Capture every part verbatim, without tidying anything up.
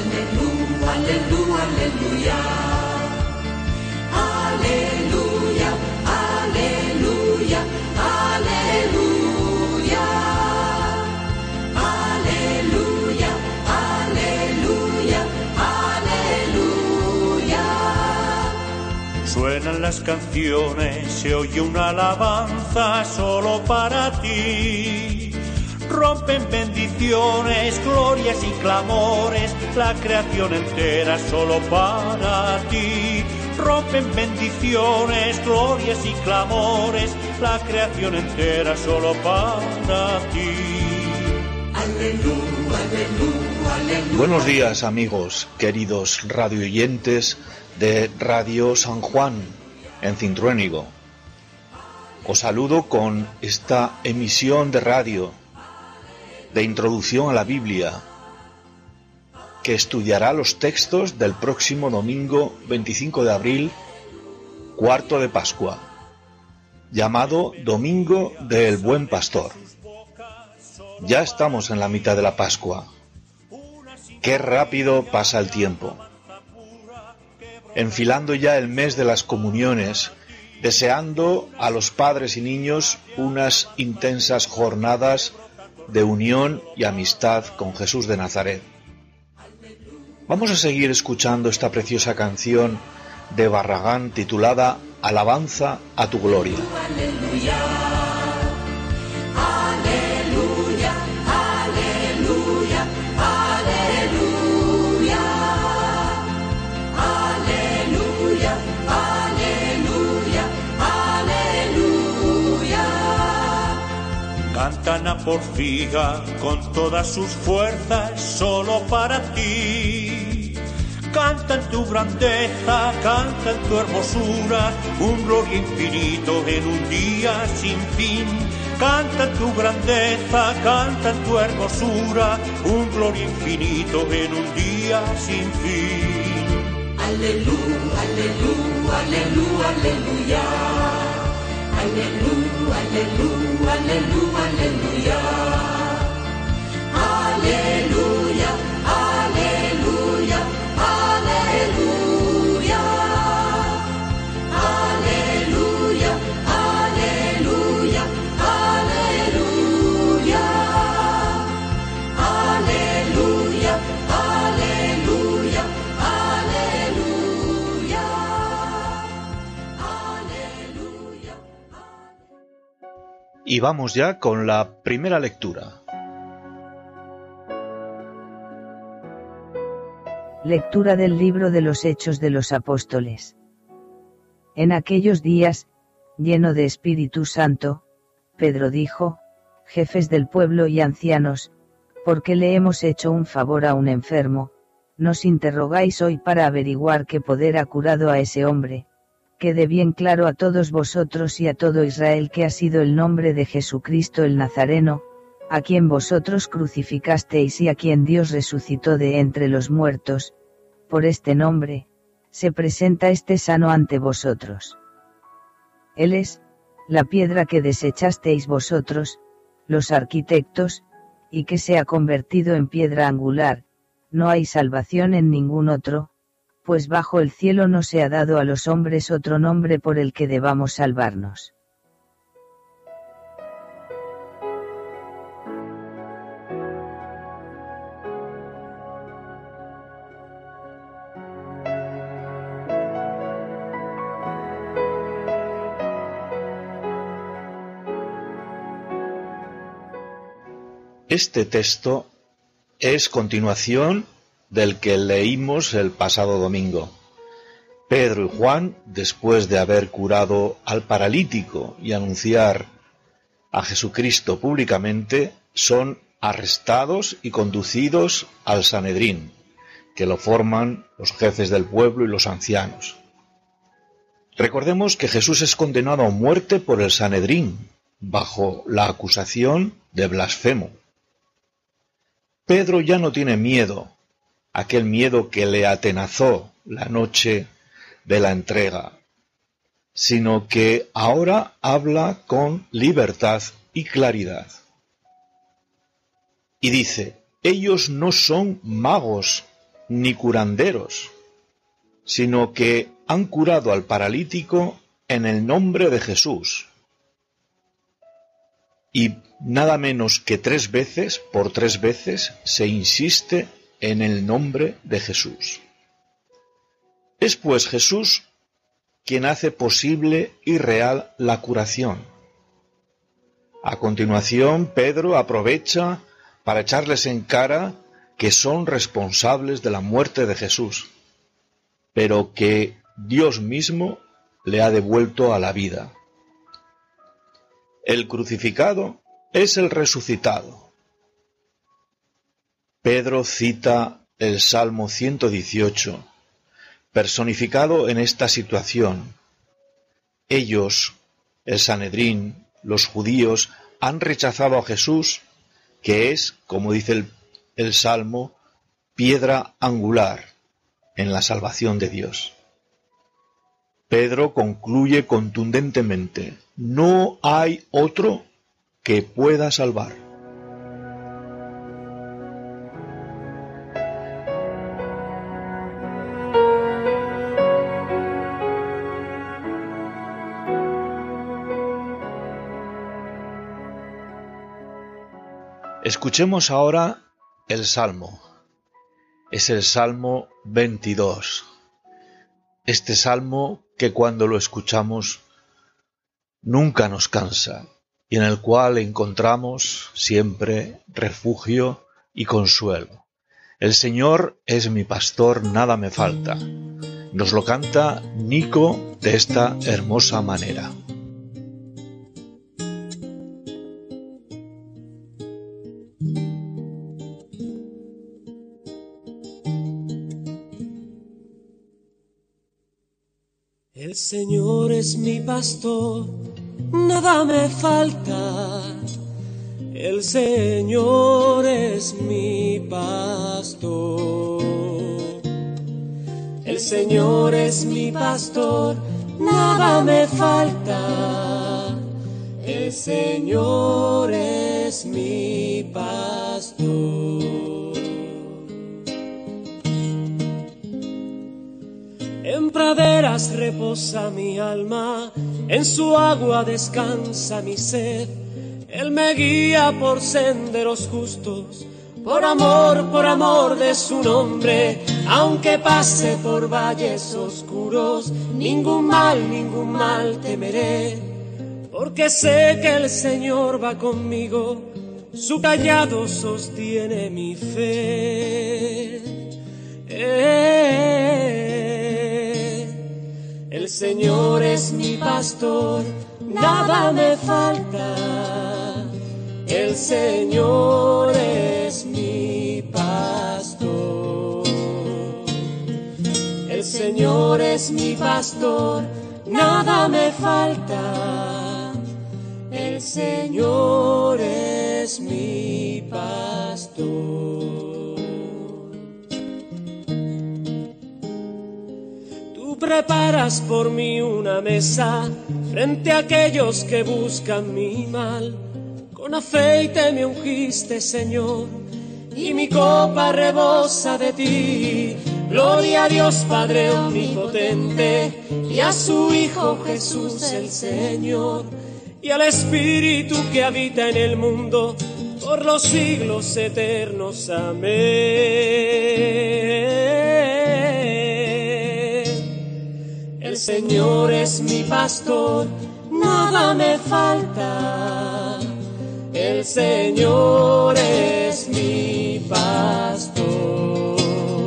aleluya, aleluya, aleluya. Aleluya, aleluya, aleluya. Aleluya, aleluya, aleluya. Suenan las canciones, se oye una alabanza solo para ti. Rompen bendiciones, glorias y clamores, la creación entera solo para ti. Rompen bendiciones, glorias y clamores, la creación entera solo para ti. Aleluya, aleluya, aleluya. Buenos días, amigos, queridos radioyentes de Radio San Juan en Cintruénigo. Os saludo con esta emisión de radio de introducción a la Biblia, que estudiará los textos del próximo domingo veinticinco de abril, cuarto de Pascua, llamado Domingo del Buen Pastor. Ya estamos en la mitad de la Pascua. Qué rápido pasa el tiempo. Enfilando ya el mes de las comuniones, deseando a los padres y niños unas intensas jornadas de unión y amistad con Jesús de Nazaret. Vamos a seguir escuchando esta preciosa canción de Barragán titulada Alabanza a tu gloria. Aleluya, aleluya, aleluya, aleluya. Aleluya, aleluya, aleluya. Cantan a Porfiga con todas sus fuerzas solo para ti. Cantan tu grandeza, cantan tu hermosura, un gloria infinito en un día sin fin. Cantan tu grandeza, cantan tu hermosura, un gloria infinito en un día sin fin. Aleluya, aleluya, aleluya, aleluya. Aleluya, aleluya, aleluya, aleluya. Aleluya, aleluya, aleluya. Aleluya, aleluya, aleluya. Aleluya, aleluya, aleluya. Y vamos ya con la primera lectura. Lectura del libro de los Hechos de los Apóstoles. En aquellos días, lleno de Espíritu Santo, Pedro dijo: Jefes del pueblo y ancianos, porque le hemos hecho un favor a un enfermo, nos interrogáis hoy para averiguar qué poder ha curado a ese hombre. Quede bien claro a todos vosotros y a todo Israel que ha sido el nombre de Jesucristo el Nazareno, a quien vosotros crucificasteis y a quien Dios resucitó de entre los muertos. Por este nombre, se presenta este sano ante vosotros. Él es, la piedra que desechasteis vosotros, los arquitectos, y que se ha convertido en piedra angular. No hay salvación en ningún otro, pues bajo el cielo no se ha dado a los hombres otro nombre por el que debamos salvarnos. Este texto es continuación del que leímos el pasado domingo. Pedro y Juan, después de haber curado al paralítico y anunciar a Jesucristo públicamente, son arrestados y conducidos al Sanedrín, que lo forman los jefes del pueblo y los ancianos. Recordemos que Jesús es condenado a muerte por el Sanedrín, bajo la acusación de blasfemo. Pedro ya no tiene miedo, aquel miedo que le atenazó la noche de la entrega, sino que ahora habla con libertad y claridad. Y dice: ellos no son magos ni curanderos, sino que han curado al paralítico en el nombre de Jesús. Y nada menos que tres veces, por tres veces, se insiste en el nombre de Jesús. Es pues Jesús quien hace posible y real la curación. A continuación, Pedro aprovecha para echarles en cara que son responsables de la muerte de Jesús, pero que Dios mismo le ha devuelto a la vida. El crucificado es el resucitado. Pedro cita el Salmo ciento dieciocho, personificado en esta situación. Ellos, el Sanedrín, los judíos, han rechazado a Jesús, que es, como dice el, el Salmo, piedra angular en la salvación de Dios. Pedro concluye contundentemente: no hay otro que pueda salvar. Escuchemos ahora el Salmo. Es el Salmo veintidós. Este Salmo que cuando lo escuchamos nunca nos cansa y en el cual encontramos siempre refugio y consuelo. El Señor es mi pastor, nada me falta. Nos lo canta Nico de esta hermosa manera. El Señor es mi pastor, nada me falta. El Señor es mi pastor. El Señor es mi pastor, nada me falta. El Señor es mi pastor. En praderas reposa mi alma, en su agua descansa mi sed. Él me guía por senderos justos, por amor, por amor de su nombre. Aunque pase por valles oscuros, ningún mal, ningún mal temeré. Porque sé que el Señor va conmigo, su callado sostiene mi fe. Eh, El Señor es mi pastor, nada me falta. El Señor es mi pastor. El Señor es mi pastor, nada me falta. El Señor es mi pastor. Preparas por mí una mesa frente a aquellos que buscan mi mal. Con aceite me ungiste, Señor, y mi copa rebosa de ti. Gloria a Dios Padre omnipotente y a su Hijo Jesús el Señor y al Espíritu que habita en el mundo por los siglos eternos. Amén. El Señor es mi pastor, nada me falta. El Señor es mi pastor.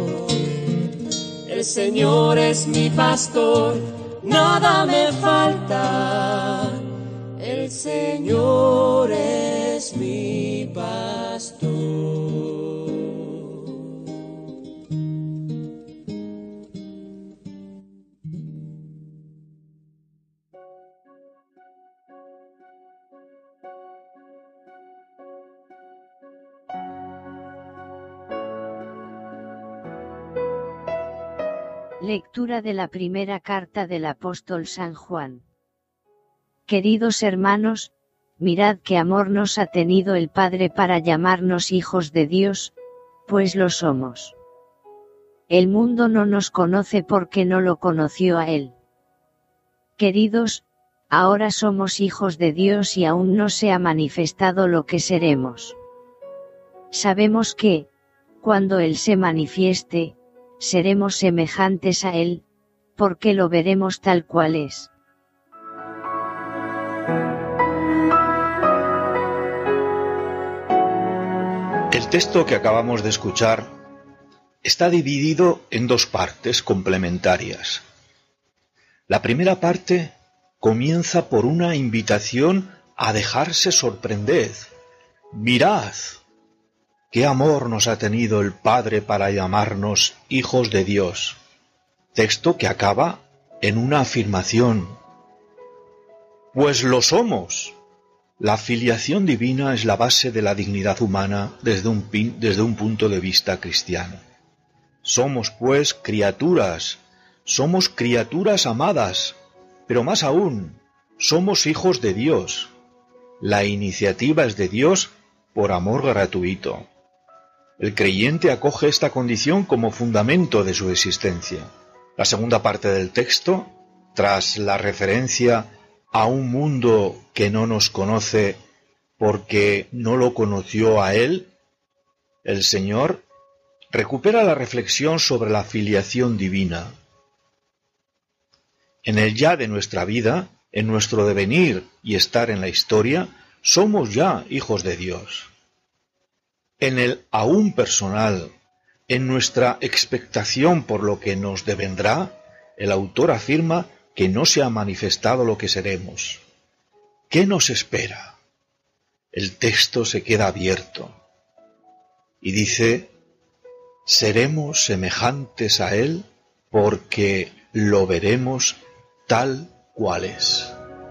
El Señor es mi pastor, nada me falta. El Señor es mi pastor. Lectura de la primera carta del apóstol San Juan. Queridos hermanos, mirad qué amor nos ha tenido el Padre para llamarnos hijos de Dios, pues lo somos. el mundo no nos conoce porque no lo conoció a Él. Queridos, ahora somos hijos de Dios y aún no se ha manifestado lo que seremos. Sabemos que, cuando Él se manifieste, seremos semejantes a Él, porque lo veremos tal cual es. El texto que acabamos de escuchar está dividido en dos partes complementarias. La primera parte comienza por una invitación a dejarse sorprender. Mirad, qué amor nos ha tenido el Padre para llamarnos hijos de Dios. Texto que acaba en una afirmación. Pues lo somos. La filiación divina es la base de la dignidad humana desde un, pin, desde un punto de vista cristiano. Somos, pues, criaturas, somos criaturas amadas, pero más aún, somos hijos de Dios. La iniciativa es de Dios por amor gratuito. El creyente acoge esta condición como fundamento de su existencia. La segunda parte del texto, tras la referencia a un mundo que no nos conoce porque no lo conoció a Él, el Señor recupera la reflexión sobre la filiación divina. En el ya de nuestra vida, en nuestro devenir y estar en la historia, somos ya hijos de Dios. En el aún personal, en nuestra expectación por lo que nos devendrá, el autor afirma que no se ha manifestado lo que seremos. ¿Qué nos espera? El texto se queda abierto y dice: seremos semejantes a Él porque lo veremos tal cual es.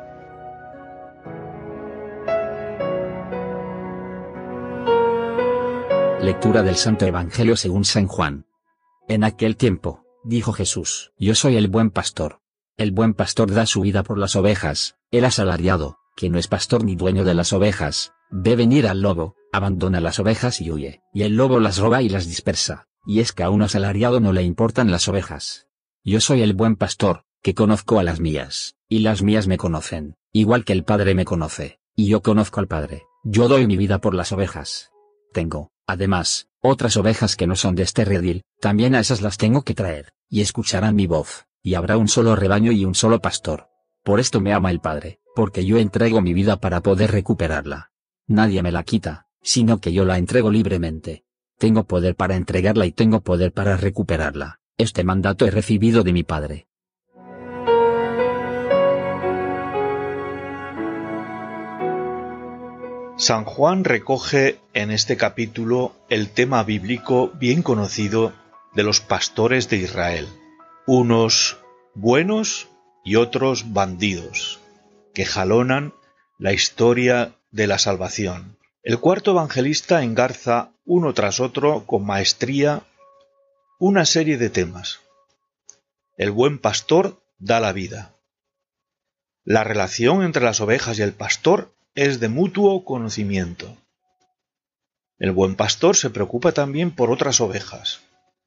Lectura del Santo Evangelio según San Juan. En aquel tiempo, dijo Jesús: Yo soy el buen pastor. El buen pastor da su vida por las ovejas. El asalariado, que no es pastor ni dueño de las ovejas, ve venir al lobo, abandona las ovejas y huye, y el lobo las roba y las dispersa, y es que a un asalariado no le importan las ovejas. Yo soy el buen pastor, que conozco a las mías, y las mías me conocen, igual que el Padre me conoce, y yo conozco al Padre. Yo doy mi vida por las ovejas. Tengo, además, otras ovejas que no son de este redil, también a esas las tengo que traer, y escucharán mi voz, y habrá un solo rebaño y un solo pastor. Por esto me ama el Padre, porque yo entrego mi vida para poder recuperarla. Nadie me la quita, sino que yo la entrego libremente. Tengo poder para entregarla y tengo poder para recuperarla. Este mandato he recibido de mi Padre. San Juan recoge en este capítulo el tema bíblico bien conocido de los pastores de Israel, unos buenos y otros bandidos, que jalonan la historia de la salvación. El cuarto evangelista engarza uno tras otro con maestría una serie de temas. El buen pastor da la vida. La relación entre las ovejas y el pastor es de mutuo conocimiento. El buen pastor se preocupa también por otras ovejas.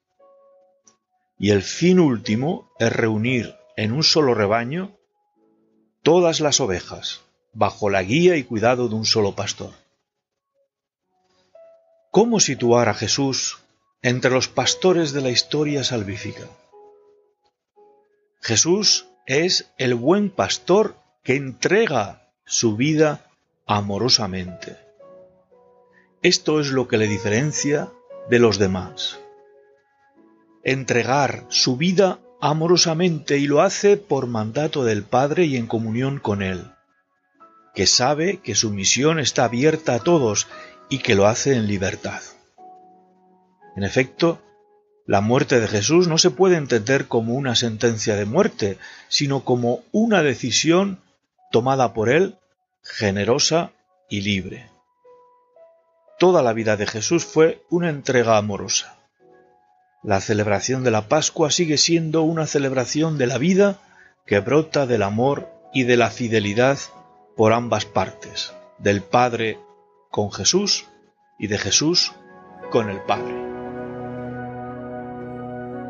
Y el fin último es reunir en un solo rebaño todas las ovejas, bajo la guía y cuidado de un solo pastor. ¿Cómo situar a Jesús entre los pastores de la historia salvífica? Jesús es el buen pastor que entrega su vida amorosamente. Esto es lo que le diferencia de los demás. Entregar su vida amorosamente, y lo hace por mandato del Padre y en comunión con Él, que sabe que su misión está abierta a todos y que lo hace en libertad. En efecto, la muerte de Jesús no se puede entender como una sentencia de muerte, sino como una decisión tomada por Él, generosa y libre. Toda la vida de Jesús fue una entrega amorosa. La celebración de la Pascua sigue siendo una celebración de la vida que brota del amor y de la fidelidad por ambas partes, del Padre con Jesús y de Jesús con el Padre.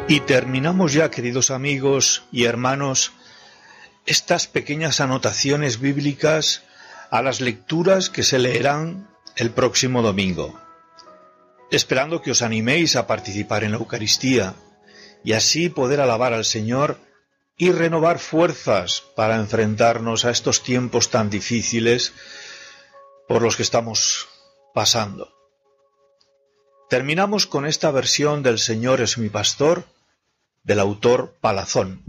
Y terminamos ya, queridos amigos y hermanos, estas pequeñas anotaciones bíblicas a las lecturas que se leerán el próximo domingo, esperando que os animéis a participar en la Eucaristía y así poder alabar al Señor y renovar fuerzas para enfrentarnos a estos tiempos tan difíciles por los que estamos pasando. Terminamos con esta versión del Señor es mi pastor, del autor Palazón.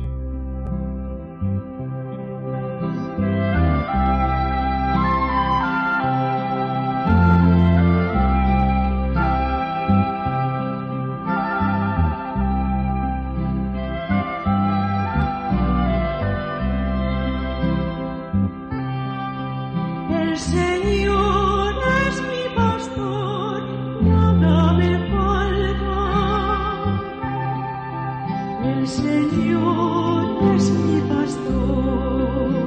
El Señor es mi pastor, nada me falta. El Señor es mi pastor.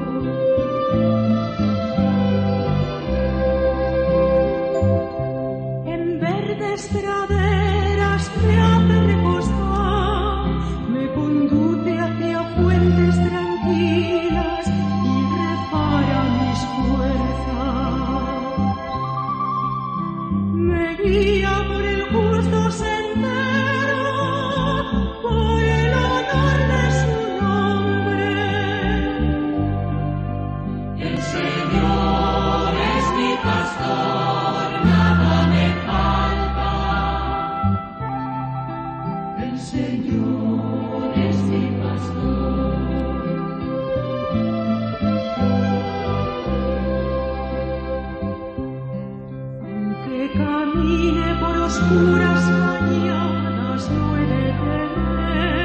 En verdes praderas me hace reposar, me conduce hacia fuentes tranquilas y repara mis fuerzas. Me guía por el justo sendero, por el honor de su nombre. El Señor es mi pastor, nada me falta. El Señor es mi pastor. Aunque camine por oscuras mañanas, no he de temer.